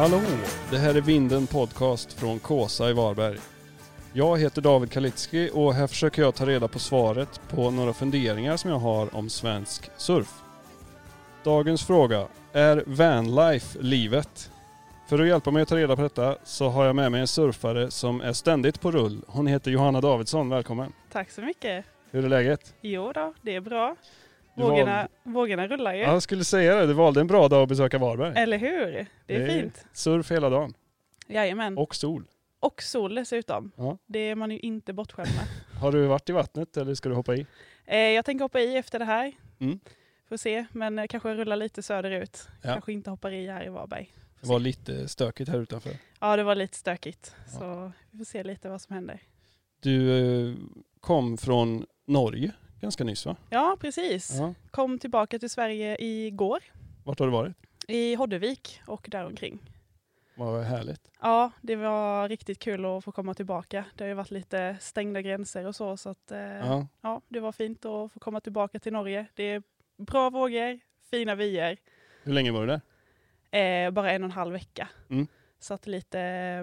Hallå, det här är Vinden podcast från Kåsa i Varberg. Jag heter David Kalitski och här försöker jag ta reda på svaret på några funderingar som jag har om svensk surf. Dagens fråga, är vanlife livet? För att hjälpa mig att ta reda på detta så har jag med mig en surfare som är ständigt på rull. Hon heter Johanna Davidsson, välkommen. Tack så mycket. Hur är läget? Jo då, det är bra. Vågorna rullar ju. Ja, jag skulle säga det, du valde en bra dag att besöka Varberg. Eller hur? Det är fint. Surf hela dagen. Jajamän. Och sol. Och sol dessutom. Ja. Det är man ju inte bortskämd med. Har du varit i vattnet eller ska du hoppa i? Jag tänker hoppa i efter det här. Mm. Får se, men kanske rulla lite söderut. Ja. Kanske inte hoppar i här i Varberg. Det var lite stökigt här utanför. Ja, det var lite stökigt. Ja. Så vi får se lite vad som händer. Du kom från Norge ganska nyss, va? Ja, precis. Ja. Kom tillbaka till Sverige igår. Vart har du varit? I Hoddevik och däromkring. Vad härligt. Ja, det var riktigt kul att få komma tillbaka. Det har ju varit lite stängda gränser och så att ja, det var fint att få komma tillbaka till Norge. Det är bra vågor, fina vyer. Hur länge var du där? Bara 1,5 vecka. Mm. Så att lite,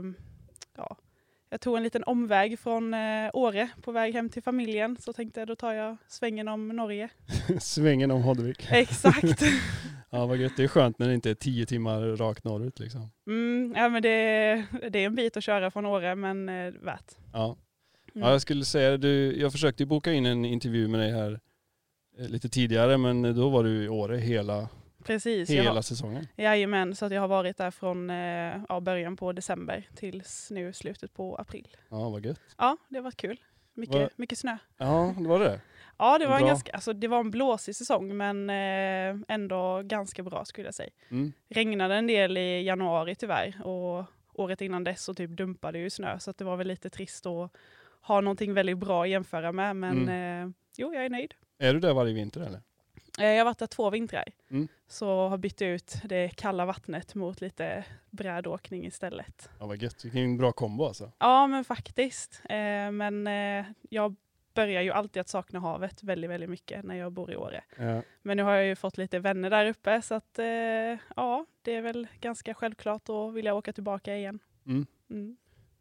ja, jag tog en liten omväg från Åre på väg hem till familjen. Så tänkte jag, då tar jag svängen om Norge. Svängen om Hoddevik. Exakt. Ja, vad gött. Det är skönt när det inte är 10 timmar rakt norrut liksom. Ja, men det är en bit att köra från Åre, men värt. Ja. Ja, jag skulle säga, jag försökte boka in en intervju med dig här lite tidigare, men då var du i Åre hela säsongen. Jajamän, så att jag har varit där från början på december tills nu slutet på april. Ja, vad gött. Ja, det var kul. Mycket snö. Ja, det var det. Ja, det var det var en blåsig säsong, men ändå ganska bra skulle jag säga. Mm. Regnade en del i januari tyvärr, och året innan dess så typ dumpade ju snö, så att det var väl lite trist att ha någonting väldigt bra att jämföra med, men jag är nöjd. Är du där varje vinter eller? Jag har varit där 2 vintrar. Mm. Så har bytt ut det kalla vattnet mot lite brädåkning istället. Ja, vad gött. Vilken bra kombo alltså. Ja, men faktiskt. Men jag börjar ju alltid att sakna havet väldigt, väldigt mycket när jag bor i Åre. Ja. Men nu har jag ju fått lite vänner där uppe, så att ja, det är väl ganska självklart att vilja åka tillbaka igen. Mm. Mm.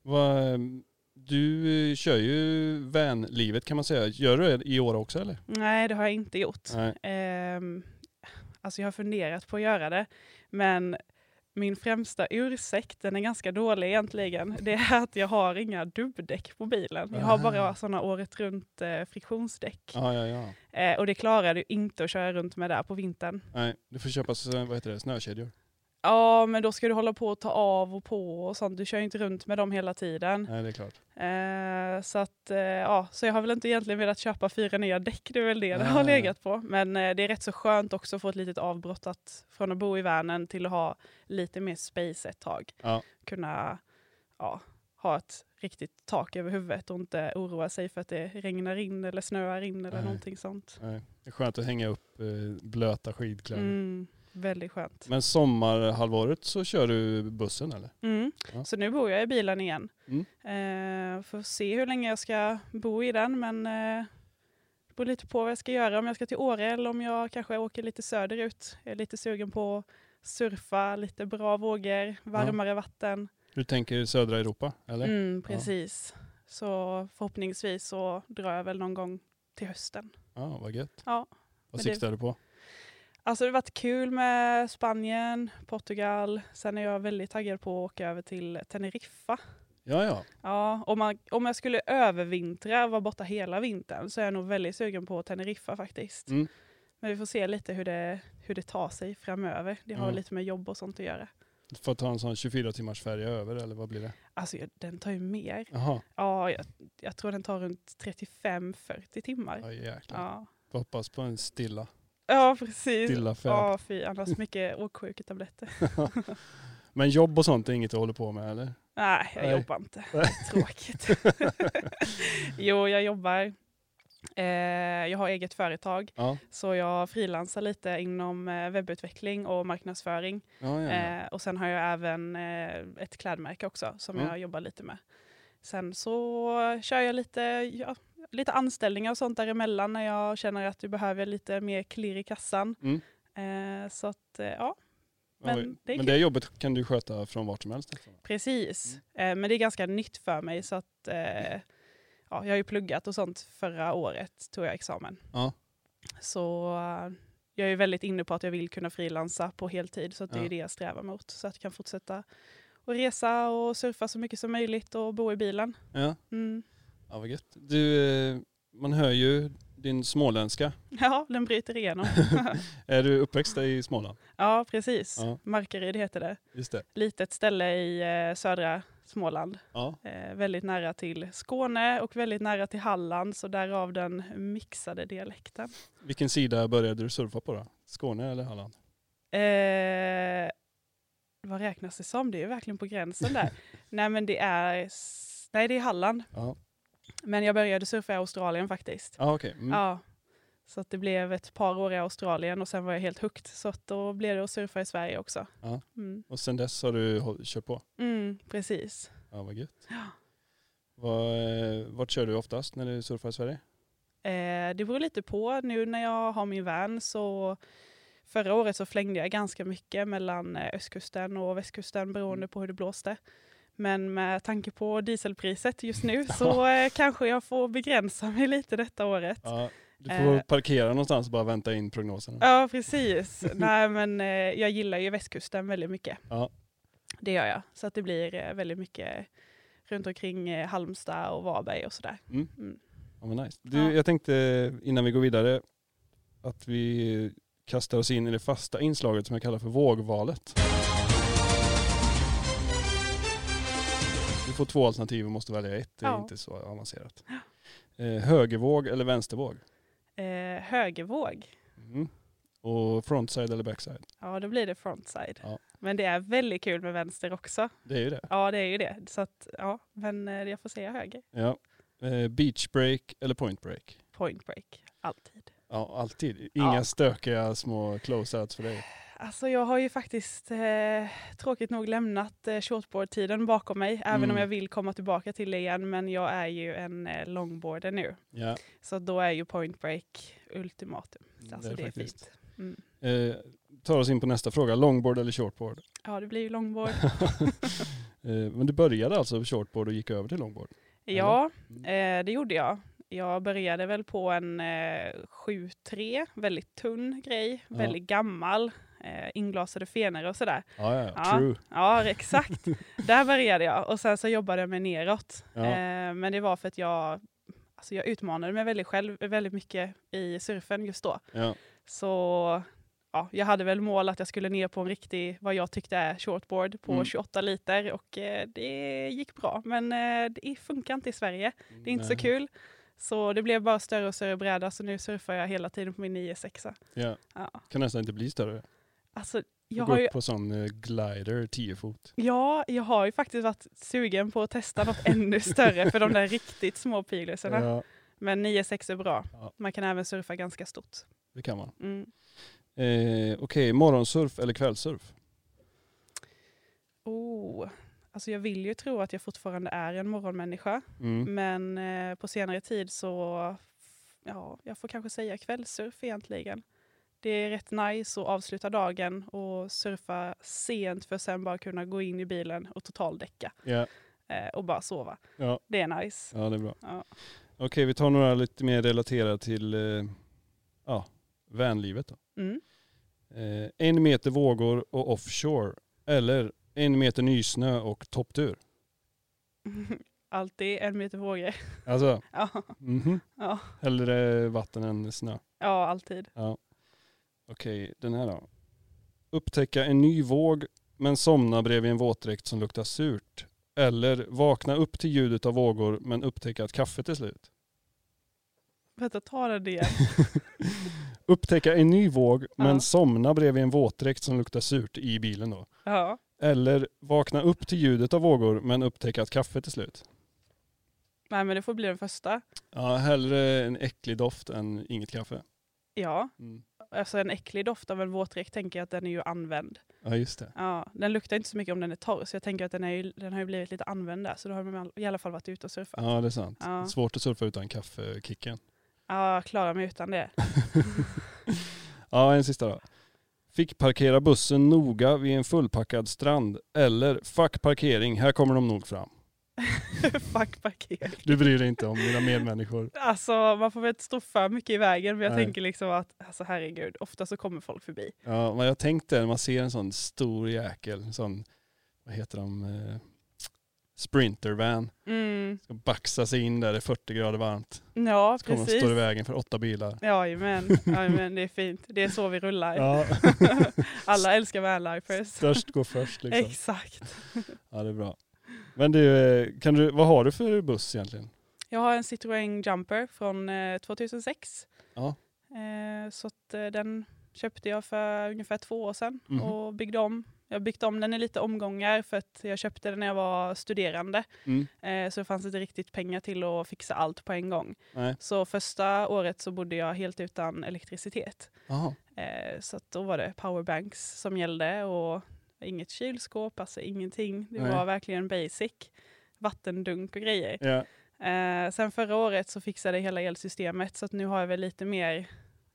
Du kör ju vänlivet kan man säga. Gör du det i år också eller? Nej, det har jag inte gjort. Nej. Alltså jag har funderat på att göra det, men min främsta ursäkt, den är ganska dålig egentligen. Det är att jag har inga dubbdäck på bilen. Jag har bara sådana året runt friktionsdäck. Ja. Och det klarar du inte att köra runt med där på vintern. Nej, du får köpa snökedjor. Ja, men då ska du hålla på att ta av och på och sånt. Du kör ju inte runt med dem hela tiden. Nej, det är klart. Så jag har väl inte egentligen velat köpa 4 nya däck. Det är väl det har legat på. Men det är rätt så skönt också att få ett litet avbrott från att bo i vanen till att ha lite mer space ett tag. Ja. Kunna ha ett riktigt tak över huvudet och inte oroa sig för att det regnar in eller snöar in eller någonting sånt. Nej. Det är skönt att hänga upp blöta skidkläder. Väldigt skönt. Men sommarhalvåret så kör du bussen eller? Ja. Så nu bor jag i bilen igen. Får se hur länge jag ska bo i den, men det beror lite på vad jag ska göra. Om jag ska till Åre eller om jag kanske åker lite söderut. Jag är lite sugen på att surfa, lite bra vågor, varmare vatten. Du tänker södra Europa eller? Precis. Ja. Så förhoppningsvis så drar jag väl någon gång till hösten. Ja, vad gött. Ja. Vad siktar du på? Alltså det har varit kul med Spanien, Portugal. Sen är jag väldigt taggad på att åka över till Teneriffa. Ja. Ja, om jag skulle övervintra och vara borta hela vintern så är jag nog väldigt sugen på Teneriffa faktiskt. Men vi får se lite hur det tar sig framöver. Det har lite med jobb och sånt att göra. Du får ta en sån 24 timmars färja över eller vad blir det? Alltså den tar ju mer. Jaha. Ja, jag tror den tar runt 35-40 timmar. Ja, jäklar. Ja. Hoppas på en stilla. Ja, precis. Stilla färd. Ja, fy. Annars mycket åksjuketabletter. Men jobb och sånt är inget du håller på med, eller? Nej, jag jobbar inte. Det är tråkigt. Jo, jag jobbar. Jag har eget företag. Ja. Så jag frilansar lite inom webbutveckling och marknadsföring. Ja. Och sen har jag även ett klädmärke också som jag jobbar lite med. Sen så kör jag lite anställningar och sånt däremellan när jag känner att du behöver lite mer klirr i kassan. Så att Men det jobbet kan du sköta från vart som helst? Precis. Men det är ganska nytt för mig. Så att, jag har ju pluggat och sånt förra året, tog jag examen. Ja. Så jag är väldigt inne på att jag vill kunna frilansa på heltid. Så att det är det jag strävar mot. Så att jag kan fortsätta och resa och surfa så mycket som möjligt och bo i bilen. Ja, ja vad gött. Du, man hör ju din småländska. Ja, den bryter igenom. Är du uppväxt i Småland? Ja, precis. Ja. Markaryd heter det. Just det. Litet ställe i södra Småland. Ja. Väldigt nära till Skåne och väldigt nära till Halland. Så därav den mixade dialekten. Vilken sida började du surfa på då? Skåne eller Halland? Vad räknas det som? Det är ju verkligen på gränsen där. Nej, det är Halland. Ja. Men jag började surfa i Australien faktiskt. Ah, okay. Ja, så att det blev ett par år i Australien och sen var jag helt hooked. Så att då blev det att surfa i Sverige också. Ja. Och sen dess har du kört på? Precis. Ja, vad gött. Ja. Vart kör du oftast när du surfar i Sverige? Det beror lite på. Nu när jag har min van så förra året så flängde jag ganska mycket mellan östkusten och västkusten beroende på hur det blåste. Men med tanke på dieselpriset just nu så kanske jag får begränsa mig lite detta året. Ja, du får parkera någonstans och bara vänta in prognoserna. Ja, precis. Nej, men jag gillar ju västkusten väldigt mycket. Ja. Det gör jag. Så att det blir väldigt mycket runt omkring Halmstad och Varberg och sådär. Ja, men nice. Jag tänkte innan vi går vidare att vi kastar oss in i det fasta inslaget som jag kallar för vågvalet. Du får 2 alternativ och måste välja ett. Det är inte så avancerat. Högervåg eller vänstervåg? Högervåg. Och frontside eller backside? Ja, då blir det frontside. Ja. Men det är väldigt kul med vänster också. Det är ju det. Ja, det är ju det. Så att, men jag får säga höger. Ja. Beach break eller point break? Point break, alltid. Ja, alltid. Inga stökiga små close-outs för dig? Alltså jag har ju faktiskt tråkigt nog lämnat shortboard-tiden bakom mig. Även om jag vill komma tillbaka till det igen. Men jag är ju en longboarder nu. Ja. Så då är ju point break ultimatum. Alltså det är fint. Tar oss in på nästa fråga. Longboard eller shortboard? Ja, det blir ju longboard. Men du började alltså shortboard och gick över till longboard? Ja, det gjorde jag. Jag började väl på en 7-3, väldigt tunn grej, väldigt gammal, inglasade fenor och sådär. True. Ja, exakt. Där började jag och sen så jobbade jag mig neråt. Ja. Men det var för att jag utmanade mig väldigt mycket i surfen just då. Ja. Så jag hade väl mål att jag skulle ner på en riktig, vad jag tyckte är shortboard på 28 liter och det gick bra. Men det funkar inte i Sverige. Det är inte så kul. Så det blev bara större och större bräda så nu surfar jag hela tiden på min 9-6. Ja. Kan nästan inte bli större. Alltså, jag har upp på sån glider 10 fot. Ja, jag har ju faktiskt varit sugen på att testa något ännu större för de där riktigt små pigleserna. Ja. Men 9-6 är bra. Ja. Man kan även surfa ganska stort. Det kan man. Okej, morgonsurf eller kvällsurf? Alltså jag vill ju tro att jag fortfarande är en morgonmänniska. Men på senare tid så jag får kanske säga kvällsurf egentligen. Det är rätt nice att avsluta dagen och surfa sent för sen bara kunna gå in i bilen och totaldäcka. Yeah. Och bara sova. Ja. Det är nice. Ja, det är bra. Ja. Okej, vi tar några lite mer relaterade till vänlivet då. 1 meter vågor och offshore eller 1 meter nysnö och topptur? Alltid 1 meter vågor. Alltså? Ja. Ja. Hellre vatten än snö? Ja, alltid. Ja. Okej, den här då. Upptäcka en ny våg men somna bredvid en våtdräkt som luktar surt. Eller vakna upp till ljudet av vågor men upptäcka att kaffet är slut. Vänta, ta det igen. Upptäcka en ny våg men somna bredvid en våtdräkt som luktar surt i bilen då. Ja. Eller vakna upp till ljudet av vågor men upptäcka att kaffet är slut. Nej, men det får bli den första. Ja, hellre en äcklig doft än inget kaffe. Ja, alltså en äcklig doft av en våtdräkt tänker jag att den är ju använd. Ja, just det. Ja, den luktar inte så mycket om den är torr så jag tänker att den har ju blivit lite använd där så då har man i alla fall varit ute och surfat. Ja, det är sant. Ja. Svårt att surfa utan kaffekicken. Ja, jag klarar mig utan det. Ja, en sista då. Fick parkera bussen noga vid en fullpackad strand. Eller fuck parkering, här kommer de nog fram. Fuck parkering. Du bryr dig inte om dina medmänniskor. Alltså man får väl inte stå för mycket i vägen. Men jag tänker liksom att, alltså herregud, ofta så kommer folk förbi. Ja, vad jag tänkte när man ser en sån stor jäkel, sån, vad heter de, sprintervan. Ska baxa sig in där, det är 40 grader varmt. Ja, så kommer precis. de stå i vägen för 8 bilar. Ja, men det är fint. Det är så vi rullar. Ja. Alla älskar vanlifers. Störst går först liksom. Exakt. Ja, det är bra. Men du, vad har du för buss egentligen? Jag har en Citroën Jumper från 2006. Ja. Så att, den köpte jag för ungefär 2 år sedan och byggde om. Jag har byggt om den i lite omgångar för att jag köpte den när jag var studerande. Så det fanns inte riktigt pengar till att fixa allt på en gång. Nej. Så första året så bodde jag helt utan elektricitet. Så att då var det powerbanks som gällde och inget kylskåp, alltså ingenting. Det var verkligen basic. Vattendunk och grejer. Ja. Sen förra året så fixade jag hela elsystemet så att nu har jag väl lite mer,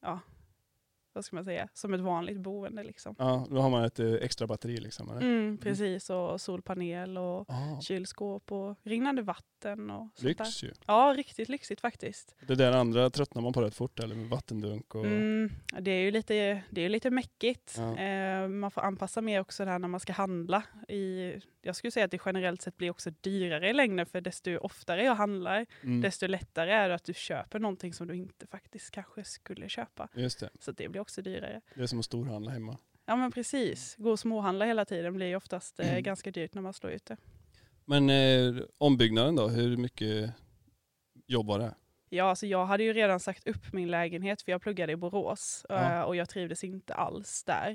vad ska man säga, som ett vanligt boende liksom. Ja, då har man ett extra batteri liksom, eller? Precis, och solpanel och kylskåp och rinnande vatten och sånt lyx där. Ju. Ja, riktigt lyxigt faktiskt. Det där andra tröttnar man på rätt fort, eller med vattendunk och... Det är ju lite mäckigt. Ja. Man får anpassa mer också där när man ska handla. Jag skulle säga att det generellt sett blir också dyrare i längden, för desto oftare jag handlar, desto lättare är det att du köper någonting som du inte faktiskt kanske skulle köpa. Just det. Så det blir också dyrare. Det är som att storhandla hemma. Ja, men precis. Gå och småhandla hela tiden blir ju oftast ganska dyrt när man slår ut det. Men ombyggnaden då, hur mycket jobb var det? Ja, alltså jag hade ju redan sagt upp min lägenhet för jag pluggade i Borås och jag trivdes inte alls där.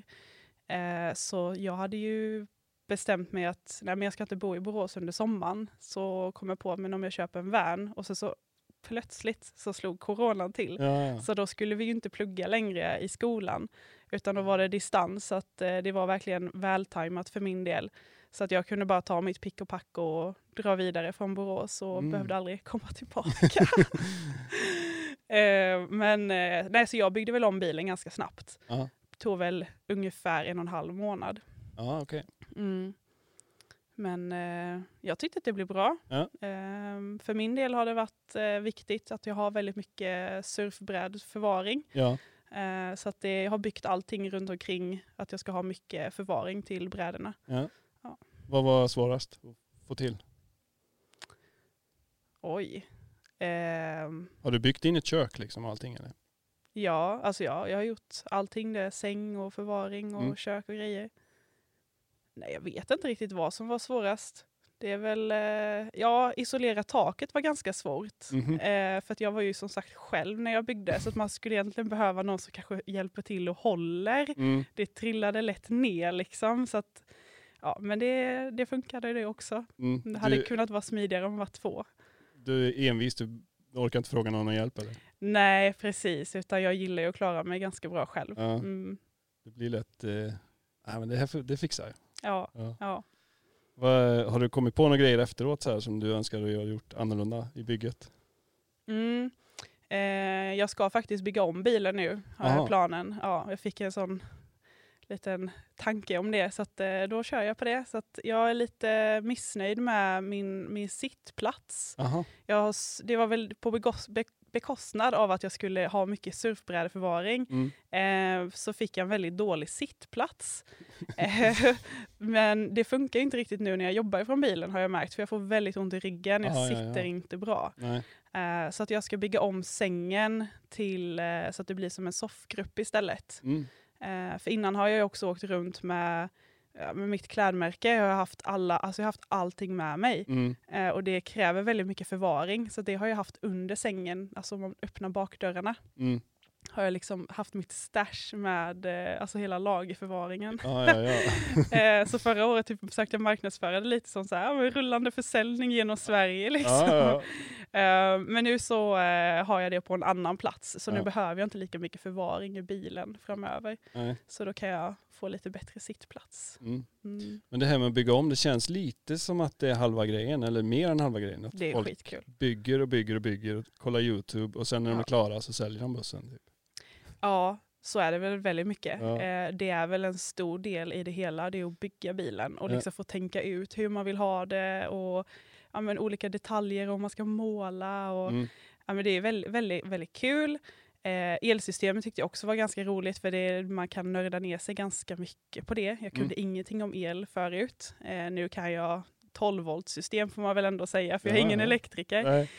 Så jag hade ju bestämt mig att nej, men jag ska inte bo i Borås under sommaren. Så kom jag på, men om jag köper en van och så plötsligt så slog coronan till. Ja. Så då skulle vi ju inte plugga längre i skolan, utan då var det distans. Så att det var verkligen vältajmat för min del. Så att jag kunde bara ta mitt pick och pack och dra vidare från Borås och behövde aldrig komma tillbaka. Så jag byggde väl om bilen ganska snabbt. Tog väl ungefär 1,5 månad. Ja, okej. Men jag tyckte att det blev bra. Ja. För min del har det varit viktigt att jag har väldigt mycket surfbrädförvaring. Ja. Så att jag har byggt allting runt omkring att jag ska ha mycket förvaring till brädorna. Ja. Vad var svårast att få till? Oj. Har du byggt in ett kök liksom och allting eller? Ja, alltså jag har gjort allting. Det är säng och förvaring och kök och grejer. Nej, jag vet inte riktigt vad som var svårast. Det är väl, isolera taket var ganska svårt. För att jag var ju som sagt själv när jag byggde. Så att man skulle egentligen behöva någon som kanske hjälper till och håller. Det trillade lätt ner liksom. Så att, men det funkade det också. Det hade kunnat vara smidigare om man var 2. Du är envis, du orkar inte fråga någon om hjälp eller? Nej, precis. Utan jag gillar ju att klara mig ganska bra själv. Ja. Det blir lätt, men det fixar jag. Ja. Har du kommit på några grejer efteråt så här, som du önskar att du hade gjort annorlunda i bygget? Jag ska faktiskt bygga om bilen nu, har jag planen. Ja, jag fick en sån liten tanke om det, så att, då kör jag på det. Så att jag är lite missnöjd med min sittplats. Det var väl på bekostnad av att jag skulle ha mycket surfbrädeförvaring. Så fick jag en väldigt dålig sittplats. Men det funkar inte riktigt nu när jag jobbar från bilen, har jag märkt. För jag får väldigt ont i ryggen. Jag sitter inte bra. Så att jag ska bygga om sängen till så att det blir som en soffgrupp istället. För innan har jag också åkt runt med mitt klädmärke. Jag har haft allting med mig. Och det kräver väldigt mycket förvaring. Så det har jag haft under sängen. Alltså om man öppnar bakdörrarna. Har jag liksom haft mitt stash med hela lagerförvaringen. Så förra året försökte jag marknadsföra det lite som så här, rullande försäljning genom Sverige liksom. Men nu så har jag det på en annan plats. Så nu behöver jag inte lika mycket förvaring i bilen framöver. Så då kan jag få lite bättre sittplats. Men det här med att bygga om, det känns lite som att det är halva grejen, eller mer än halva grejen. Att det är folk skitkul. Bygger och kollar YouTube och sen när de är klara så säljer de bussen. Typ. Ja, så är det väl väldigt mycket. Det är väl en stor del i det hela. Det är att bygga bilen och liksom få tänka ut hur man vill ha det och olika detaljer om man ska måla. Och, men det är väldigt, väldigt, väldigt kul. Elsystemet tyckte jag också var ganska roligt för man kan nörda ner sig ganska mycket på det. Jag kunde ingenting om el förut. Nu kan jag 12-volt-system får man väl ändå säga för jag är ingen elektriker.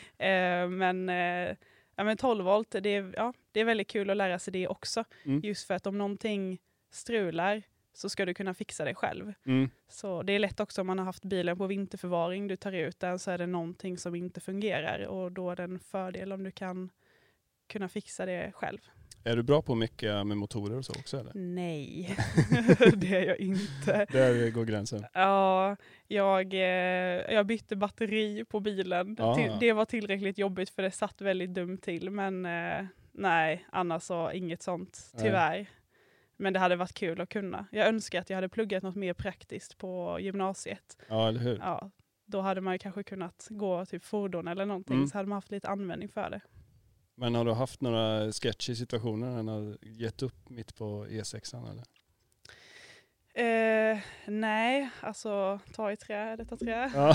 Men 12 volt, det är väldigt kul att lära sig det också. Just för att om någonting strular så ska du kunna fixa det själv. Så det är lätt också om man har haft bilen på vinterförvaring. Du tar ut den så är det någonting som inte fungerar. Och då är det en fördel om du kan kunna fixa det själv. Är du bra på mycket med motorer och så också? Eller? Nej, det är jag inte. Där går gränsen. Ja, jag bytte batteri på bilen. Det var tillräckligt jobbigt för det satt väldigt dumt till. Men nej, annars så inget sånt, tyvärr. Nej. Men det hade varit kul att kunna. Jag önskar att jag hade pluggat något mer praktiskt på gymnasiet. Ja, eller hur? Ja, då hade man ju kanske kunnat gå typ fordon eller någonting. Så hade man haft lite användning för det. Men har du haft några sketchy situationer när du har gett upp mitt på E6 eller? Nej, alltså ta i trä, detta trä. Ja.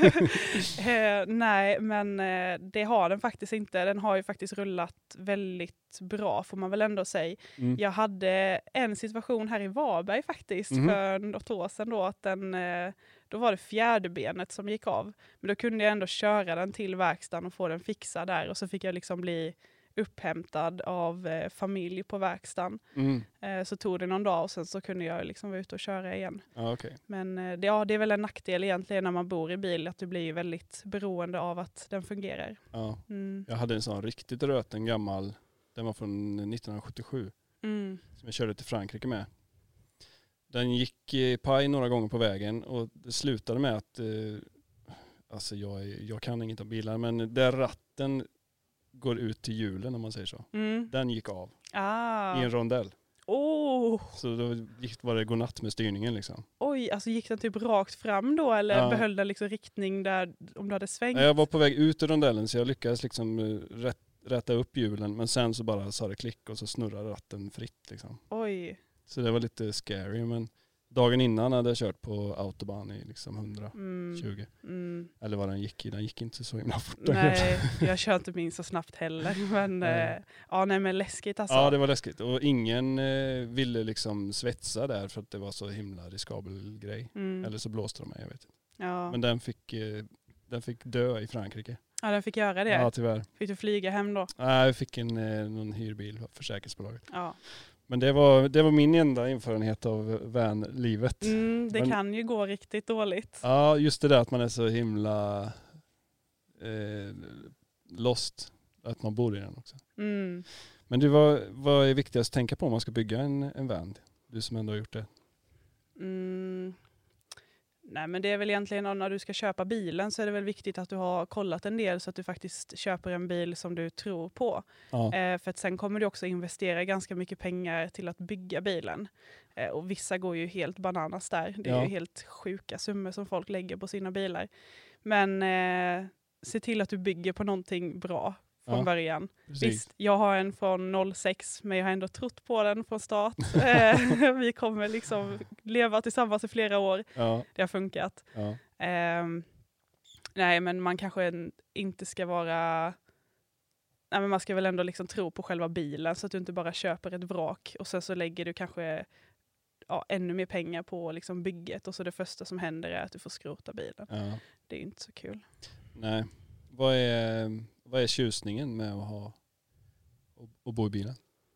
Nej, men det har den faktiskt inte. Den har ju faktiskt rullat väldigt bra får man väl ändå säga. Jag hade en situation här i Varberg faktiskt för något år sedan då att då var det fjärde benet som gick av. Men då kunde jag ändå köra den till verkstaden och få den fixad där och så fick jag liksom bli upphämtad av familj på verkstaden. Så tog det någon dag och sen så kunde jag liksom vara ute och köra igen. Okay. Men det är väl en nackdel egentligen när man bor i bil att du blir väldigt beroende av att den fungerar. Ja. Jag hade en sån riktigt röten gammal, den var från 1977 som jag körde till Frankrike med. Den gick paj några gånger på vägen och det slutade med att alltså jag kan inget om bilar men där ratten går ut till hjulen om man säger så. Den gick av i en rondell. Så då var det godnatt med styrningen liksom. Oj, alltså gick den typ rakt fram då eller behöll den liksom riktning där om du hade svängt? Jag var på väg ut ur rondellen så jag lyckades liksom rätta upp hjulen men sen så bara sa det klick och så snurrade ratten fritt liksom. Oj. Så det var lite scary men dagen innan hade jag kört på autobahn i liksom 120. Eller vad den gick inte så himla fort. Nej, jag kör inte min så snabbt heller. Men men läskigt alltså. Ja, det var läskigt. Och ingen ville liksom svetsa där för att det var så himla riskabel grej. Eller så blåste de mig, jag vet inte. Ja. Men den fick dö i Frankrike. Ja, den fick göra det? Ja, tyvärr. Fick du flyga hem då? Nej, jag fick någon hyrbil för försäkringsbolaget. Ja. Men det var min enda erfarenhet av van-livet. Det kan ju gå riktigt dåligt. Ja, just det där att man är så himla lost. Att man bor i den också. Men du, vad är viktigast att tänka på om man ska bygga en van? Du som ändå har gjort det. Nej, men det är väl egentligen när du ska köpa bilen så är det väl viktigt att du har kollat en del så att du faktiskt köper en bil som du tror på. Ja. För att sen kommer du också investera ganska mycket pengar till att bygga bilen. Och vissa går ju helt bananas där. Det är ju helt sjuka summor som folk lägger på sina bilar. Men se till att du bygger på någonting bra från början. Precis. Visst, jag har en från 06 men jag har ändå trott på den från start. Vi kommer liksom leva tillsammans i flera år. Ja. Det har funkat. Ja. Nej, men man kanske inte ska vara... Nej, men man ska väl ändå liksom tro på själva bilen så att du inte bara köper ett vrak och sen så lägger du kanske ännu mer pengar på liksom bygget och så det första som händer är att du får skrota bilen. Ja. Det är inte så kul. Nej. Vad är tjusningen med att ha och bo i bilen?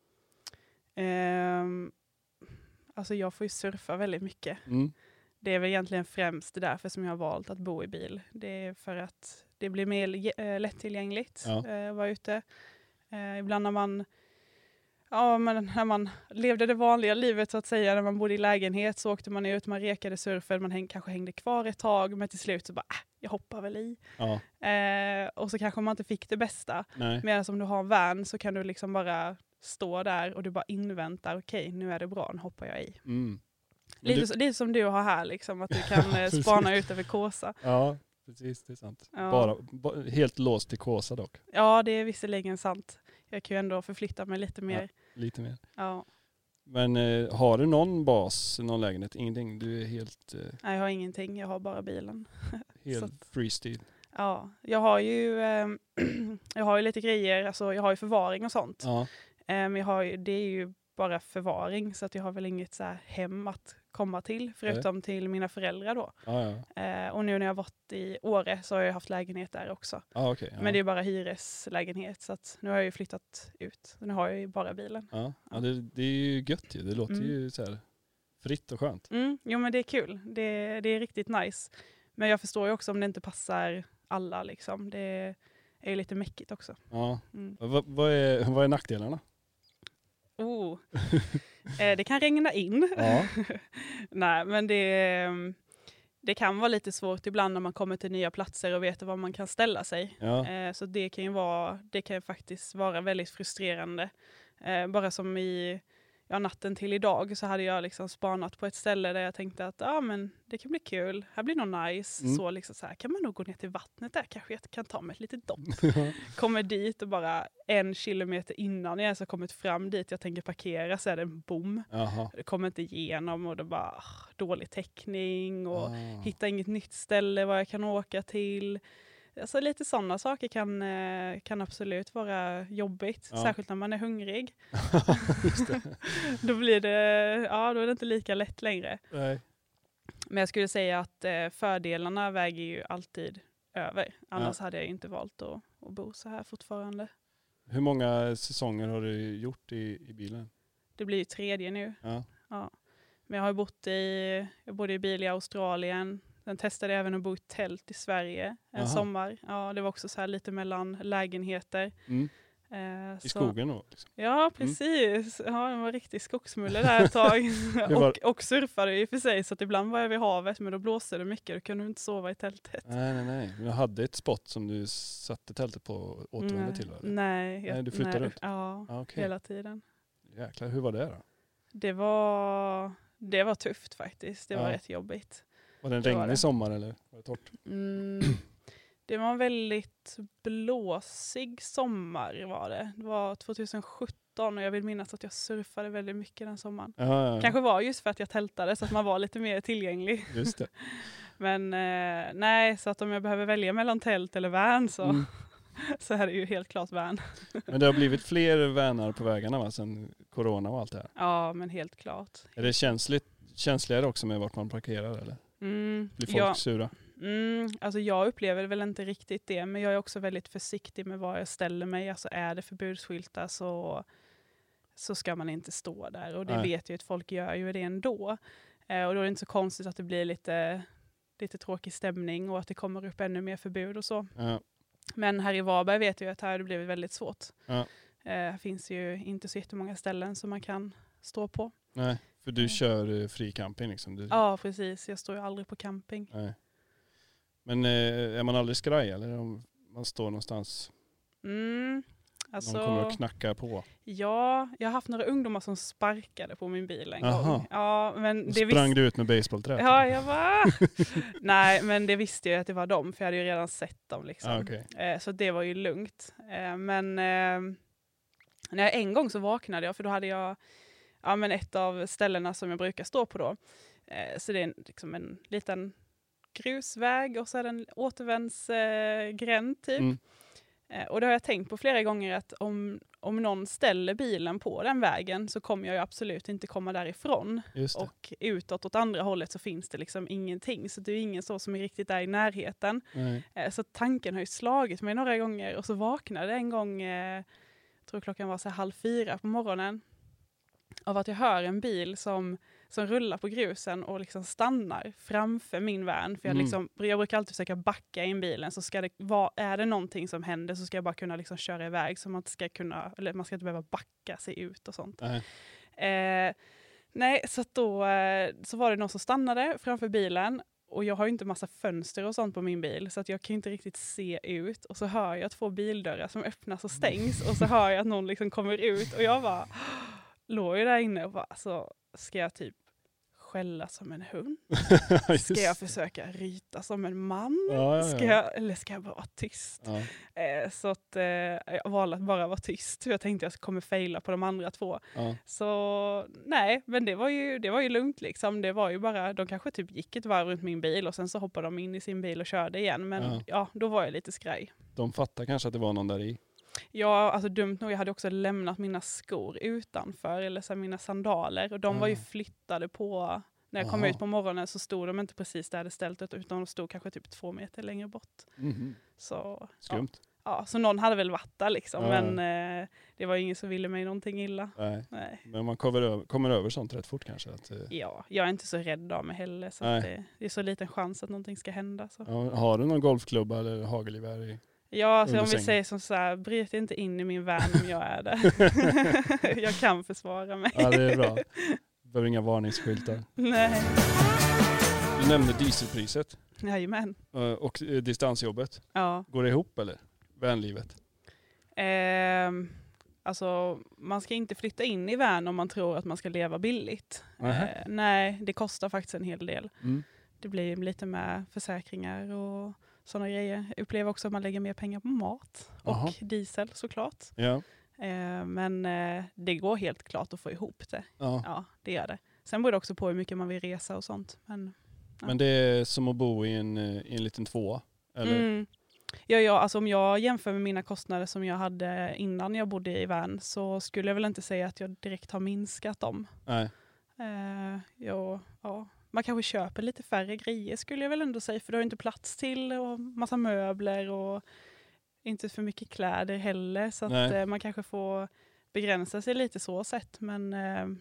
Alltså jag får ju surfa väldigt mycket. Det är väl egentligen främst därför som jag har valt att bo i bil. Det är för att det blir mer lättillgängligt att vara ute. Ibland när man levde det vanliga livet så att säga, när man bodde i lägenhet så åkte man ut, man rekade surfen, man kanske hängde kvar ett tag men till slut så bara, jag hoppar väl i. Ja. Och så kanske man inte fick det bästa. Medan om du har en van så kan du liksom bara stå där och du bara inväntar, okej, nu är det bra, nu hoppar jag i. Lite som du har här liksom, att du kan spana ut över Kåsa. Ja, precis, det är sant. Ja. Bara helt låst till Kåsa dock. Ja, det är visserligen sant. Jag kan ju ändå förflytta mig lite mer. Ja, lite mer. Ja. Men har du någon bas, någon lägenhet? Ingenting? Du är helt... Nej, jag har ingenting. Jag har bara bilen. Helt freestyle. Ja, jag har ju lite grejer. Alltså, jag har ju förvaring och sånt. Ja. Men det är ju bara förvaring. Så att jag har väl inget så här hem att komma till. Förutom till mina föräldrar då. Ja. Och nu när jag har varit i Åre så har jag haft lägenhet där också. Okay, ja. Men det är bara hyreslägenhet. Så att nu har jag ju flyttat ut. Nu har jag ju bara bilen. Ja, det är ju gött ju. Det låter ju så här fritt och skönt. Jo, men det är kul. Det är riktigt nice. Men jag förstår ju också om det inte passar alla liksom. Det är ju lite mäckigt också. Ja. Vad är nackdelarna? Det kan regna in. Ja. Nej, men det kan vara lite svårt ibland när man kommer till nya platser och vet var man kan ställa sig. Ja. Så det kan faktiskt vara väldigt frustrerande. Bara som i natten till idag så hade jag liksom spanat på ett ställe där jag tänkte att men det kan bli kul. Här blir nog nice. Så liksom så här kan man nog gå ner till vattnet där. Kanske jag kan ta mig ett litet dopp. Kommer dit och bara 1 kilometer innan jag ens har kommit fram dit jag tänker parkera så är det en bom. Det kommer inte igenom och det bara dålig täckning och hitta inget nytt ställe var jag kan åka till. Alltså lite sådana saker kan absolut vara jobbigt. Ja. Särskilt när man är hungrig. Just det. Då är det inte lika lätt längre. Nej. Men jag skulle säga att fördelarna väger ju alltid över. Annars hade jag inte valt att bo så här fortfarande. Hur många säsonger har du gjort i bilen? Det blir ju 3:e nu. Ja. Men jag har jag bodde i bil i Australien. Den testade även att bo i tält i Sverige en sommar. Ja, det var också så här lite mellan lägenheter. I skogen då? Liksom. Ja, precis. Ja, det var riktigt skogsmulle där ett tag. och surfade i och för sig, så att ibland var jag vid havet, men då blåste det mycket. Då kunde du inte sova i tältet. Nej. Jag hade ett spot som du satte tältet på och återvände till? Eller? Nej, du flyttade ut? Ja, okay. Hela tiden. Jäklar, hur var det då? Det var tufft faktiskt. Det var rätt jobbigt. Var det en regnig sommar eller var det torrt? Det var en väldigt blåsig sommar var det. Det var 2017 och jag vill minnas att jag surfade väldigt mycket den sommaren. Ja. Kanske var just för att jag tältade så att man var lite mer tillgänglig. Just det. Men nej, så att om jag behöver välja mellan tält eller van så är det ju helt klart van. Men det har blivit fler vanar på vägarna sen corona och allt det här? Ja, men helt klart. Är det känsligare också med vart man parkerar eller? Blir folk sura? Alltså jag upplever väl inte riktigt det, men jag är också väldigt försiktig med var jag ställer mig. Alltså är det förbudsskyltar så ska man inte stå där. Och det vet jag att folk gör ju det ändå. Och då är det inte så konstigt att det blir lite tråkig stämning och att det kommer upp ännu mer förbud och så. Ja. Men här i Varberg vet jag att här har det blivit väldigt svårt. Ja. Här finns ju inte så jättemånga ställen som man kan stå på. Nej, för du kör fri camping liksom? Ja, precis. Jag står ju aldrig på camping. Nej. Men är man aldrig skraj eller om man står någonstans? Alltså, någon kommer att knacka på? Ja, jag har haft några ungdomar som sparkade på min bil en gång. Ja, men sprang du ut med basebollträ? Ja, jag var... Nej, men det visste jag att det var dem, för jag hade ju redan sett dem. Liksom. Okay. Så det var ju lugnt. Men när jag en gång så vaknade jag, för då hade jag ett av ställena som jag brukar stå på då. Så det är liksom en liten grusväg och så är det en återvändsgränd typ. Och det har jag tänkt på flera gånger att om någon ställer bilen på den vägen så kommer jag ju absolut inte komma därifrån. Och utåt åt andra hållet så finns det liksom ingenting. Så det är ingen så som är riktigt där i närheten. Så tanken har ju slagit mig några gånger och så vaknade en gång, jag tror klockan var så 3:30 på morgonen, av att jag hör en bil som rullar på grusen och liksom stannar framför min van. För jag brukar alltid försöka backa in bilen, så är det någonting som händer så ska jag bara kunna liksom köra iväg, så man ska inte behöva backa sig ut och sånt. Så då så var det någon som stannade framför bilen. Och jag har ju inte massa fönster och sånt på min bil, så att jag kan inte riktigt se ut. Och så hör jag 2 bildörrar som öppnas och stängs. Och så hör jag att någon liksom kommer ut. Och jag bara låg ju där inne och bara, så ska jag typ skälla som en hund? Ska jag försöka ryta som en man? Eller ska jag bara vara tyst? Ja. Så att jag valde att bara vara tyst. Jag tänkte att jag kommer faila på de andra 2. Ja. Så nej, men det var ju lugnt liksom. Det var ju bara, de kanske typ gick ett varv runt min bil och sen så hoppade de in i sin bil och körde igen. Men ja då var jag lite skraj. De fattar kanske att det var någon där i. Ja, alltså dumt nog. Jag hade också lämnat mina skor utanför, eller så mina sandaler. Och de var ju flyttade på, när jag kom ut på morgonen så stod de inte precis där det ställt utan de stod kanske typ 2 meter längre bort. Så, skumt. Ja, så någon hade väl varit där liksom. Men det var ingen som ville mig någonting illa. Nej. Men man kommer över sånt rätt fort kanske. Ja, jag är inte så rädd av mig heller. Så att det är så liten chans att någonting ska hända. Så. Ja, har du någon golfklubba eller hagelgevär i? Ja, så om vi säger som så här, bryt inte in i min vän om jag är där. Jag kan försvara mig. Ja, det är bra. Behöver inga varningsskyltar. Nej. Du nämnde dieselpriset. Jajamän. Och distansjobbet. Ja. Går det ihop eller? Vänlivet? Alltså, man ska inte flytta in i vän om man tror att man ska leva billigt. Nej, det kostar faktiskt en hel del. Det blir lite med försäkringar och sådana grejer. Jag upplever också att man lägger mer pengar på mat och diesel såklart. Ja. Men det går helt klart att få ihop det. Ja, det gör det. Sen beror det också på hur mycket man vill resa och sånt. Men det är som att bo i en liten 2, eller? Ja, alltså om jag jämför med mina kostnader som jag hade innan jag bodde i van så skulle jag väl inte säga att jag direkt har minskat dem. Nej. Man kanske köper lite färre grejer skulle jag väl ändå säga, för det har inte plats till och massa möbler och inte för mycket kläder heller, så att man kanske får begränsa sig lite så sett, men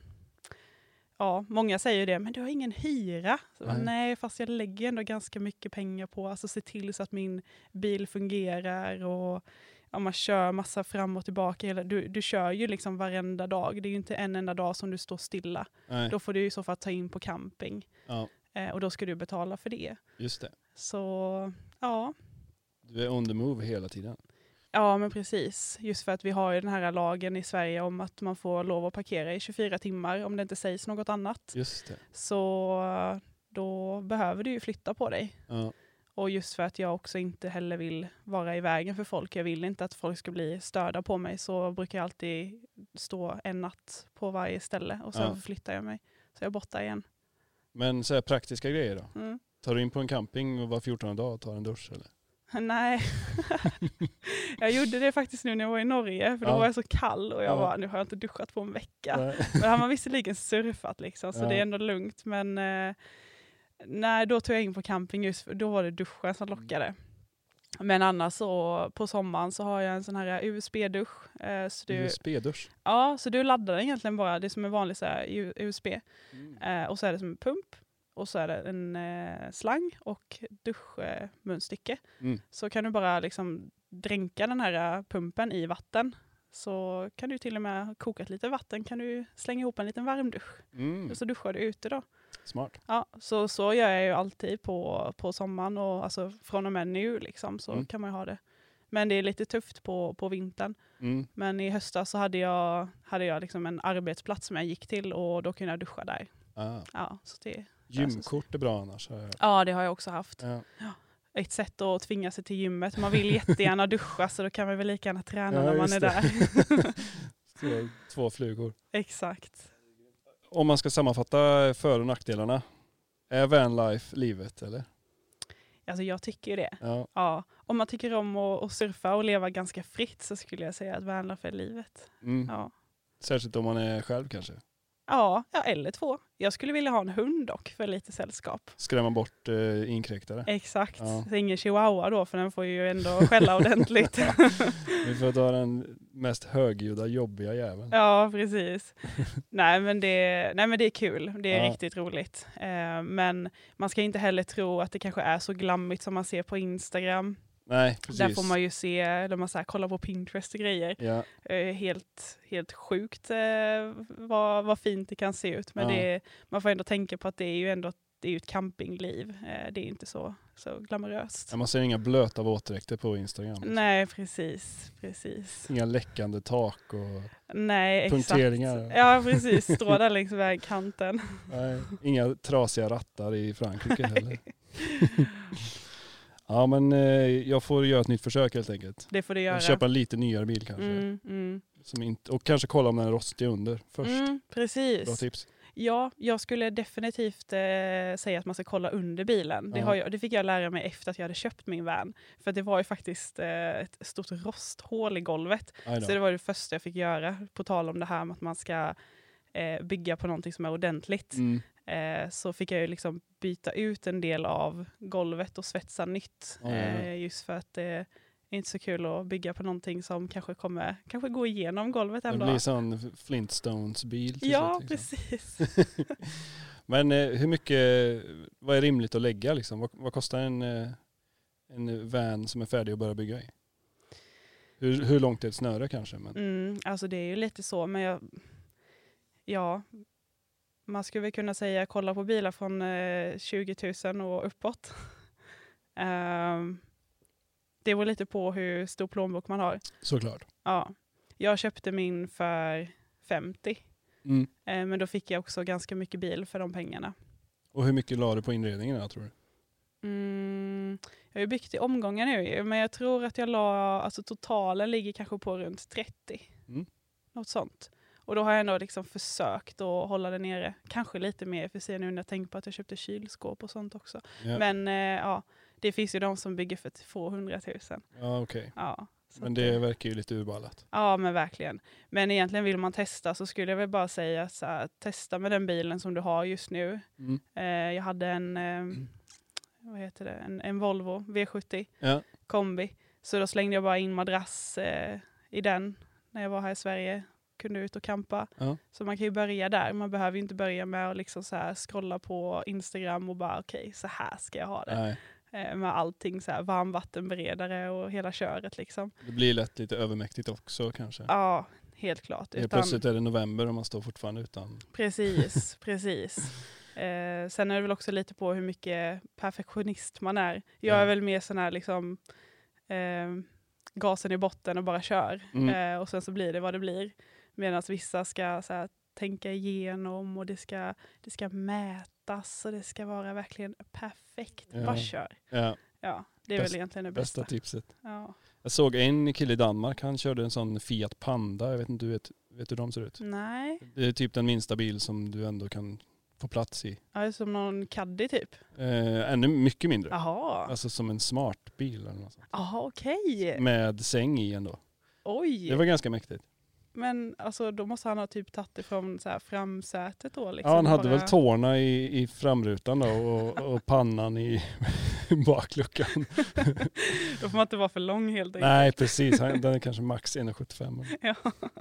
många säger ju det, men du har ingen hyra. Nej, fast jag lägger ändå ganska mycket pengar på att se till så att min bil fungerar och man kör massa fram och tillbaka. Du kör ju liksom varenda dag. Det är ju inte en enda dag som du står stilla. Nej. Då får du i så fall ta in på camping. Ja. Och då ska du betala för det. Just det. Så, ja. Du är on the move hela tiden. Ja, men precis. Just för att vi har ju den här lagen i Sverige om att man får lov att parkera i 24 timmar om det inte sägs något annat. Just det. Så då behöver du ju flytta på dig. Ja. Och just för att jag också inte heller vill vara i vägen för folk. Jag vill inte att folk ska bli störda på mig. Så brukar jag alltid stå en natt på varje ställe. Och sen flyttar jag mig. Så jag är borta igen. Men så här praktiska grejer då? Tar du in på en camping och var 14 dag och tar en dusch eller? Nej. Jag gjorde det faktiskt nu när jag var i Norge. För då var jag så kall. Och jag nu har jag inte duschat på en vecka. Men han har visserligen surfat liksom. Så det är ändå lugnt. Men... nej, då tog jag in på camping just då var det duschen som lockade. Men annars så på sommaren så har jag en sån här USB-dusch. USB-dusch? Ja, så du laddar den egentligen bara. Det är som en vanlig så här USB. Och så är det som en pump. Och så är det en slang och duschmunstycke. Så kan du bara liksom dränka den här pumpen i vatten. Så kan du till och med koka ett lite vatten. Kan du slänga ihop en liten varmdusch. Och så duschar du ute då. Smart. Ja, så gör jag ju alltid på sommaren. Och alltså från och med nu liksom, så kan man ju ha det. Men det är lite tufft på vintern. Men i höstas så hade jag liksom en arbetsplats som jag gick till. Och då kunde jag duscha där. Ja, så det, gymkort är bra annars. Ja, det har jag också haft. Ja. Ett sätt att tvinga sig till gymmet. Man vill jättegärna duscha så då kan man väl lika gärna träna när man är där. Så, 2 flugor. Exakt. Om man ska sammanfatta för- och nackdelarna. Är vanlife livet eller? Alltså jag tycker ju det. Ja. Om man tycker om att surfa och leva ganska fritt så skulle jag säga att vanlife är livet. Ja. Särskilt om man är själv kanske? Ja, eller 2. Jag skulle vilja ha en hund dock för lite sällskap. Skrämma bort inkräktare. Exakt. Ja. Ingen chihuahua då, för den får ju ändå skälla ordentligt. Vi får ta den mest högljudda, jobbiga jäveln. Ja, precis. nej, men det är kul. Det är riktigt roligt. Men man ska inte heller tro att det kanske är så glammigt som man ser på Instagram. Nej, precis. Där får man ju se, när man så här, kollar på Pinterest och grejer. Ja. Helt sjukt vad fint det kan se ut. Men man får ändå tänka på att det är ju ändå det är ju ett campingliv. Det är inte så glamoröst. Man ser inga blöta våtdräkter på Instagram. Liksom. Nej, precis. Inga läckande tak och nej, punkteringar. Exakt. Ja, precis. Står där längs vägkanten. Nej, inga trasiga rattar i Frankrike heller. Ja, men jag får göra ett nytt försök helt enkelt. Det får du göra. Köpa en lite nyare bil kanske. Och kanske kolla om den är rostig under först. Precis. Bra tips. Ja, jag skulle definitivt säga att man ska kolla under bilen. Det fick jag lära mig efter att jag hade köpt min van. För det var ju faktiskt ett stort rosthål i golvet. Så det var det första jag fick göra. På tal om det här med att man ska bygga på någonting som är ordentligt. Så fick jag ju liksom byta ut en del av golvet och svetsa nytt. Just för att det är inte så kul att bygga på någonting som kanske gå igenom golvet ändå. Det blir sån Flintstones-bil. Ja, slut, liksom. precis. Men vad är rimligt att lägga? Liksom? Vad kostar en van som är färdig att börja bygga i? Hur långt är ett snöre kanske? Men... alltså det är ju lite så, men man skulle väl kunna säga kolla på bilar från 20 000 och uppåt. Det var lite på hur stor plånbok man har. Såklart. Ja. Jag köpte min för 50. Men då fick jag också ganska mycket bil för de pengarna. Och hur mycket la du på inredningen då, tror du? Jag har ju byggt i omgångar nu. Men jag tror att jag alltså totalen ligger kanske på runt 30. Något sånt. Och då har jag ändå liksom försökt att hålla det nere. Kanske lite mer, för se nu när jag tänker på att jag köpte kylskåp och sånt också. Ja. Men det finns ju de som bygger för 200 000. Ja, okej. Ja, men det verkar ju lite urballat. Ja, men verkligen. Men egentligen vill man testa så skulle jag väl bara säga så här, testa med den bilen som du har just nu. Jag hade en Volvo V70 kombi. Så då slängde jag bara in madrass i den när jag var här i Sverige. Kunde ut och campa. Så man kan ju börja där. Man behöver ju inte börja med att liksom så här scrolla på Instagram och bara okej, så här ska jag ha det. Nej. Med allting så här varmvattenberedare och hela köret liksom. Det blir lätt lite övermäktigt också kanske. Ja, helt klart. Plötsligt är det november och man står fortfarande utan. Precis. Sen är det väl också lite på hur mycket perfektionist man är. Jag är väl mer sån här liksom gasen i botten och bara kör. Och sen så blir det vad det blir. Medan vissa ska så här, tänka igenom och det ska mätas och det ska vara verkligen perfekt. Bara kör. Ja, det är väl egentligen det bästa. Bästa tipset. Ja. Jag såg en kille i Danmark, han körde en sån Fiat Panda. Jag vet inte, vet hur de ser ut? Nej. Det är typ den minsta bil som du ändå kan få plats i. Ja, som någon Caddy typ? Ännu mycket mindre. Aha. Alltså som en smart bil eller något sånt. Jaha, okej. Med säng i ändå. Oj. Det var ganska mäktigt. Men alltså, då måste han ha typ tagit ifrån så här framsätet då? Liksom, ja, han hade väl tårna i framrutan då och pannan i bakluckan. Då får man inte vara för lång helt enkelt. Nej, precis. Den är kanske max 1,75. Ja.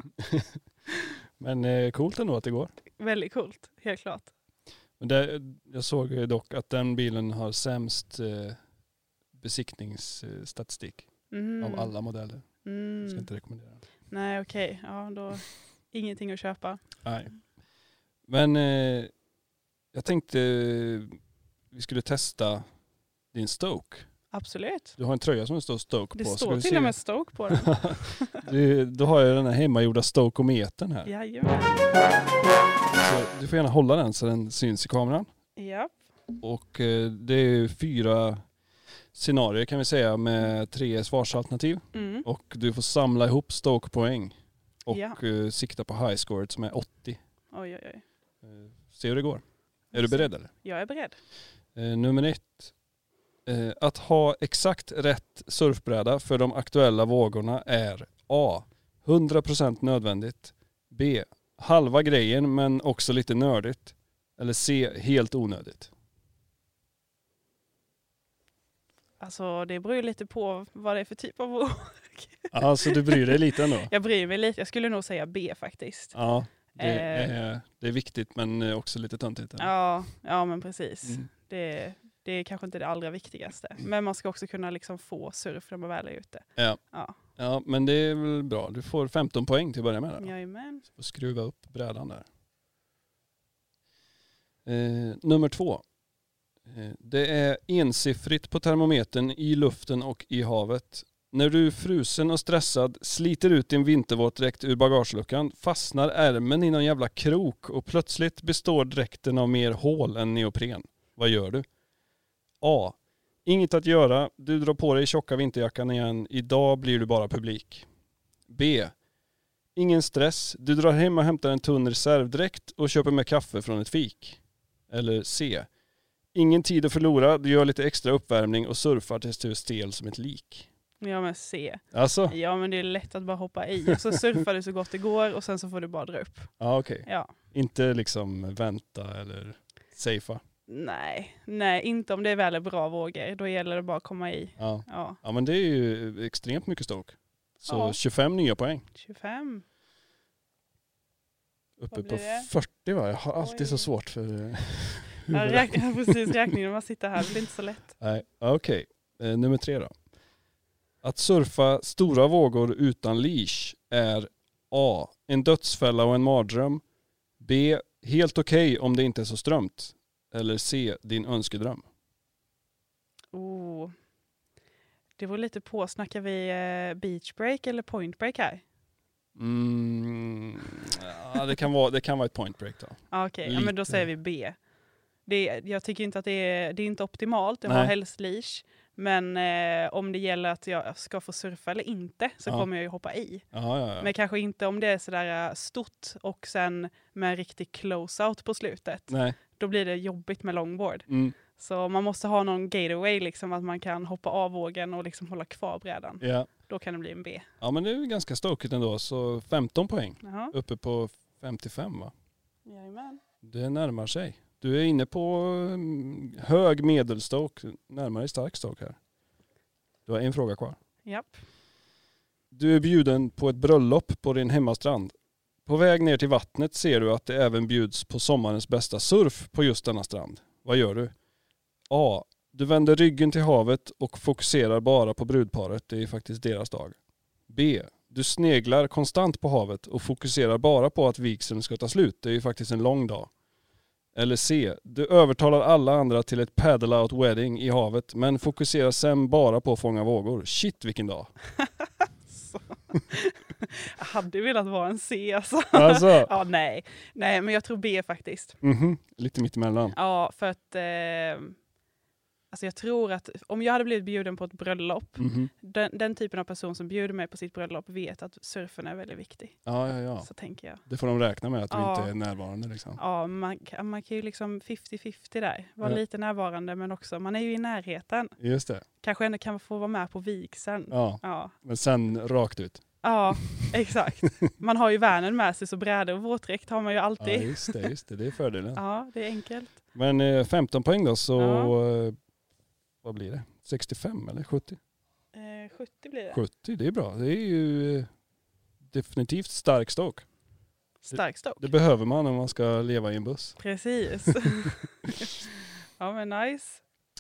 Men coolt ändå att det går. Väldigt coolt, helt klart. Men jag såg dock att den bilen har sämst besiktningsstatistik av alla modeller. Jag ska inte rekommendera den. Nej, okej. Ja, då ingenting att köpa. Nej. Men jag tänkte vi skulle testa din Stoke. Absolut. Du har en tröja som det står Stoke det på. Det står till och med Stoke på den. Då har jag den här hemmagjorda Stoke-ometern här. Jajamän. Så du får gärna hålla den så den syns i kameran. Ja. Och det är 4 scenarier kan vi säga med 3 svarsalternativ. Och du får samla ihop Stoke-poäng och sikta på high score som är 80. Oj. Se hur det går. Är du beredd eller? Jag är beredd. Nummer 1. Att ha exakt rätt surfbräda för de aktuella vågorna är A. 100% nödvändigt. B. Halva grejen men också lite nördigt. Eller C. Helt onödigt. Alltså det beror ju lite på vad det är för typ av våg. Alltså du bryr dig lite ändå? Jag bryr mig lite. Jag skulle nog säga B faktiskt. Ja, det är viktigt men också lite töntigt. Ja men precis. Det är kanske inte det allra viktigaste. Men man ska också kunna liksom få surf när man väl är ute. Ja, men det är väl bra. Du får 15 poäng till att börja med. Då. Jajamän. Så får skruva upp brädan där. Nummer 2. Det är ensiffrigt på termometern i luften och i havet. När du är frusen och stressad sliter ut din vintervåtdräkt ur bagageluckan, fastnar ärmen i någon jävla krok och plötsligt består dräkten av mer hål än neopren. Vad gör du? A. Inget att göra. Du drar på dig tjocka vinterjackan igen. Idag blir du bara publik. B. Ingen stress. Du drar hem och hämtar en tunn reservdräkt och köper med kaffe från ett fik. Eller C. Ingen tid att förlora. Du gör lite extra uppvärmning och surfar tills du är stel som ett lik. Ja, men C. Alltså? Ja, men det är lätt att bara hoppa i. Så surfar du så gott det går och sen så får du bara dra upp. Ja, okej. Okay. Ja. Inte liksom vänta eller safea? Nej, inte om det är väl bra vågor. Då gäller det bara att komma i. Ja, men det är ju extremt mycket stoke. Så 25 nya poäng. 25. Uppe på 40 va? Jag har alltid så svårt för precis, räkningen man sitter här. Det blir inte så lätt. Nej, okej. Nummer 3 då. Att surfa stora vågor utan leash är A. En dödsfälla och en mardröm. B. Helt okej om det inte är så strömt. Eller C. Din önskedröm. Det var lite på. Snackar vi beach break eller point break här? Ja, det kan vara ett point break då. Okej, men då säger vi B. Jag tycker inte att det är inte optimalt. Jag har helst leash. Men om det gäller att jag ska få surfa eller inte så kommer jag ju hoppa i. Ja. Men kanske inte om det är sådär stort och sen med en riktig close-out på slutet. Nej. Då blir det jobbigt med longboard. Så man måste ha någon gateway liksom, att man kan hoppa av vågen och liksom hålla kvar brädan. Ja. Då kan det bli en B. Ja, men det är ganska stokigt ändå. Så 15 poäng. Jaha. Uppe på 55 va? Jajamän. Det närmar sig. Du är inne på hög medelstoke, närmare stark stoke här. Du har en fråga kvar. Japp. Du är bjuden på ett bröllop på din hemmastrand. På väg ner till vattnet ser du att det även bjuds på sommarens bästa surf på just denna strand. Vad gör du? A. Du vänder ryggen till havet och fokuserar bara på brudparet. Det är faktiskt deras dag. B. Du sneglar konstant på havet och fokuserar bara på att vigseln ska ta slut. Det är ju faktiskt en lång dag. Eller C. Du övertalar alla andra till ett paddle out wedding i havet men fokuserar sen bara på att fånga vågor. Shit vilken dag. Jag hade velat vara en C alltså. Ja, nej, men jag tror B faktiskt. Lite mittemellan. Ja, för att alltså jag tror att om jag hade blivit bjuden på ett bröllop, den typen av person som bjuder mig på sitt bröllop vet att surfen är väldigt viktig. Ja. Så tänker jag. Det får de räkna med att du inte är närvarande liksom. Ja, man kan ju liksom 50-50 där. Vara lite närvarande men också, man är ju i närheten. Just det. Kanske ändå kan få vara med på vigseln. Ja. Men sen rakt ut. Ja, exakt. Man har ju värnen med sig så brädor och våtdräkt har man ju alltid. Ja, just det. Det är fördelen. Ja, det är enkelt. Men 15 poäng då så vad blir det? 65 eller 70? 70 blir det. 70, det är bra. Det är ju definitivt stark stoke. Stark stoke. Det behöver man om man ska leva i en buss. Precis. Ja, men nice.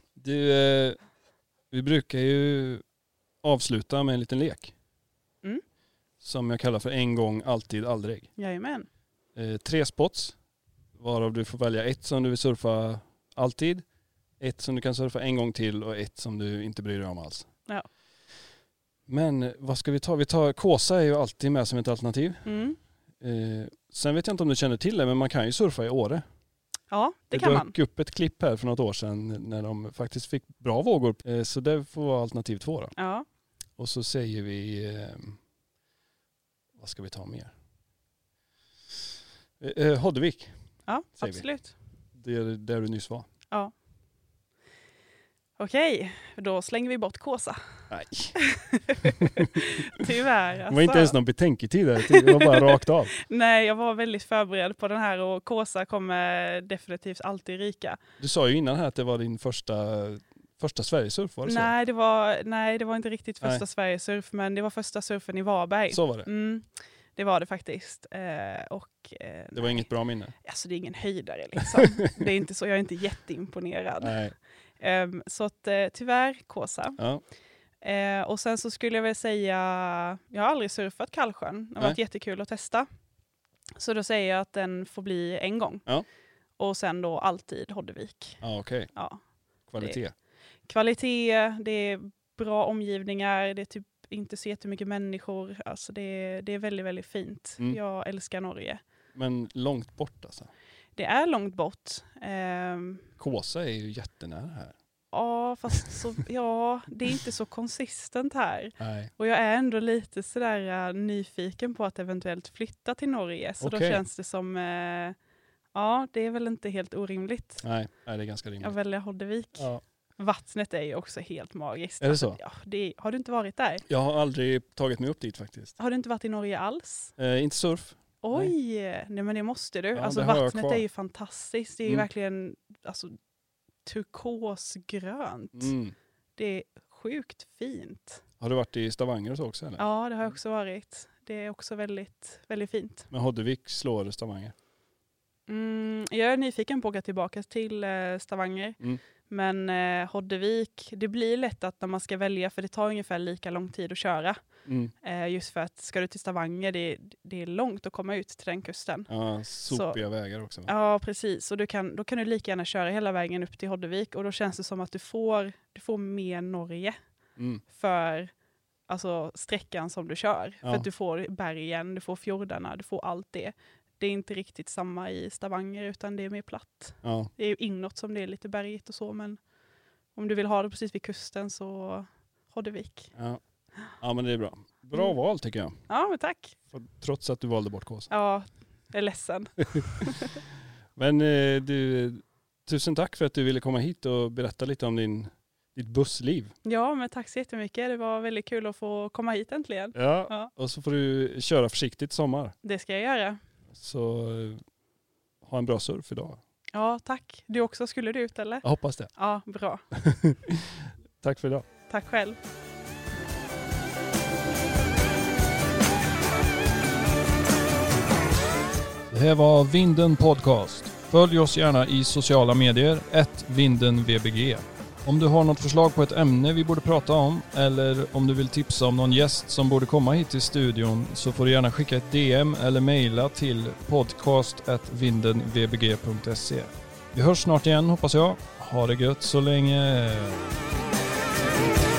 Vi brukar ju avsluta med en liten lek. Som jag kallar för en gång, alltid, aldrig. Jajamän. 3 spots. Varav du får välja ett som du vill surfa alltid. Ett som du kan surfa en gång till och ett som du inte bryr dig om alls. Ja. Men vad ska vi ta? Kåsa är ju alltid med som ett alternativ. Sen vet jag inte om du känner till det, men man kan ju surfa i Åre. Ja, det kan man. Det dök upp ett klipp här för något år sedan när de faktiskt fick bra vågor. Så det får vara alternativ 2 då. Ja. Och så säger vi... vad ska vi ta mer? Hoddevik. Ja, absolut. Det är där du nyss var. Ja. Okej, då slänger vi bort Kåsa. Nej. Tyvärr. Alltså. Det var inte ens någon betänketid där. Det var bara rakt av. Nej, jag var väldigt förberedd på den här och Kåsa kommer definitivt alltid ryka. Du sa ju innan här att det var din första Sverigesurf, var det så? Nej, det var inte riktigt första Sverigesurf, men det var första surfen i Varberg. Så var det? Det var det faktiskt. Det var inget bra minne? Alltså det är ingen höjdare liksom. Det är inte så, jag är inte jätteimponerad. Nej. Så att tyvärr Kåsa. Ja. Och sen så skulle jag väl säga, jag har aldrig surfat Kallsjön. Det har varit jättekul att testa. Så då säger jag att den får bli en gång. Ja. Och sen då alltid Hoddevik. Ja, okej. Ja. Kvalitet. Det är bra omgivningar, det är typ inte så jättemycket människor. Alltså det är väldigt, väldigt fint. Jag älskar Norge. Men långt bort alltså? Det är långt bort. Kåsa är ju jättenära här. Ja, fast det är inte så konsistent här. Nej. Och jag är ändå lite sådär nyfiken på att eventuellt flytta till Norge. Så då känns det som, det är väl inte helt orimligt. Nej, det är ganska rimligt. Jag väljer Hoddevik. Ja. Vattnet är ju också helt magiskt. Är det så? Ja, har du inte varit där? Jag har aldrig tagit mig upp dit faktiskt. Har du inte varit i Norge alls? Inte surf. Oj, nej men det måste du. Ja, alltså vattnet är ju fantastiskt. Det är ju verkligen turkosgrönt. Det är sjukt fint. Har du varit i Stavanger och så också? Eller? Ja, det har jag också varit. Det är också väldigt, väldigt fint. Men Hoddevik slår Stavanger? Jag är nyfiken på att åka tillbaka till Stavanger. Men Hoddevik, det blir lätt att när man ska välja, för det tar ungefär lika lång tid att köra. Just för att ska du till Stavanger, det är långt att komma ut till den kusten. Ja, sopiga vägar också. Ja, precis. Och då kan du lika gärna köra hela vägen upp till Hoddevik. Och då känns det som att du får mer Norge för sträckan som du kör. Ja. För att du får bergen, du får fjordarna, du får allt det. Det är inte riktigt samma i Stavanger utan det är mer platt. Ja. Det är ju inåt som det är lite bergigt och så, men om du vill ha det precis vid kusten så Hoddevik. Ja, men det är bra. Bra val tycker jag. Ja, men tack. Trots att du valde bort Kåsa. Ja, jag är ledsen. Men tusen tack för att du ville komma hit och berätta lite om ditt bussliv. Ja, men tack så jättemycket. Det var väldigt kul att få komma hit äntligen. Ja. Och så får du köra försiktigt sommar. Det ska jag göra. Så ha en bra surf idag. Ja, tack. Du också, skulle du ut eller? Jag hoppas det. Ja, bra. Tack för idag. Tack själv. Det här var Vinden Podcast. Följ oss gärna i sociala medier, @vindenvbg. Om du har något förslag på ett ämne vi borde prata om eller om du vill tipsa om någon gäst som borde komma hit till studion så får du gärna skicka ett DM eller mejla till podcast@vindenvbg.se. Vi hörs snart igen hoppas jag. Ha det gött så länge.